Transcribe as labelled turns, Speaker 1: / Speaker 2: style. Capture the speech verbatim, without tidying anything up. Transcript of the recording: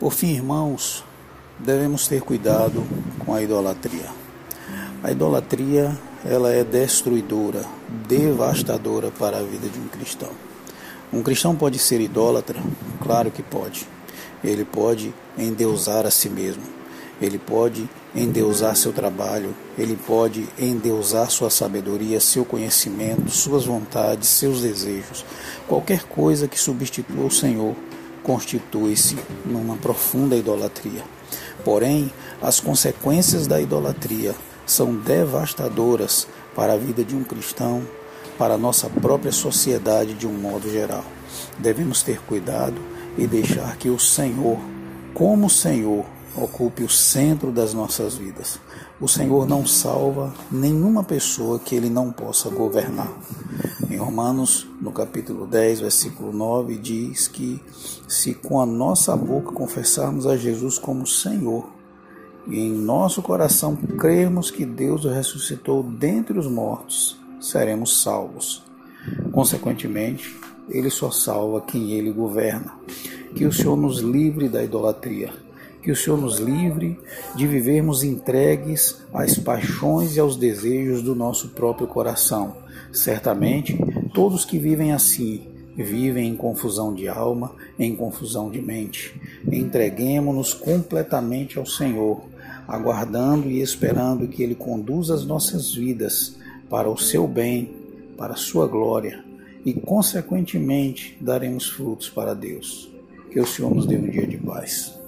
Speaker 1: Por fim, irmãos, devemos ter cuidado com a idolatria. A idolatria, ela é destruidora, devastadora para a vida de um cristão. Um cristão pode ser idólatra? Claro que pode. Ele pode endeusar a si mesmo. Ele pode endeusar seu trabalho. Ele pode endeusar sua sabedoria, seu conhecimento, suas vontades, seus desejos. Qualquer coisa que substitua o Senhor constitui-se numa profunda idolatria. Porém, as consequências da idolatria são devastadoras para a vida de um cristão, para a nossa própria sociedade de um modo geral. Devemos ter cuidado e deixar que o Senhor, como Senhor, ocupe o centro das nossas vidas. O Senhor não salva nenhuma pessoa que Ele não possa governar. Em Romanos, no capítulo dez, versículo nove, diz que se com a nossa boca confessarmos a Jesus como Senhor e em nosso coração crermos que Deus o ressuscitou dentre os mortos, seremos salvos. Consequentemente, Ele só salva quem Ele governa. Que o Senhor nos livre da idolatria. Que o Senhor nos livre de vivermos entregues às paixões e aos desejos do nosso próprio coração. Certamente, todos que vivem assim, vivem em confusão de alma, em confusão de mente. Entreguemo-nos completamente ao Senhor, aguardando e esperando que Ele conduza as nossas vidas para o seu bem, para a sua glória, e, consequentemente, daremos frutos para Deus. Que o Senhor nos dê um dia de paz.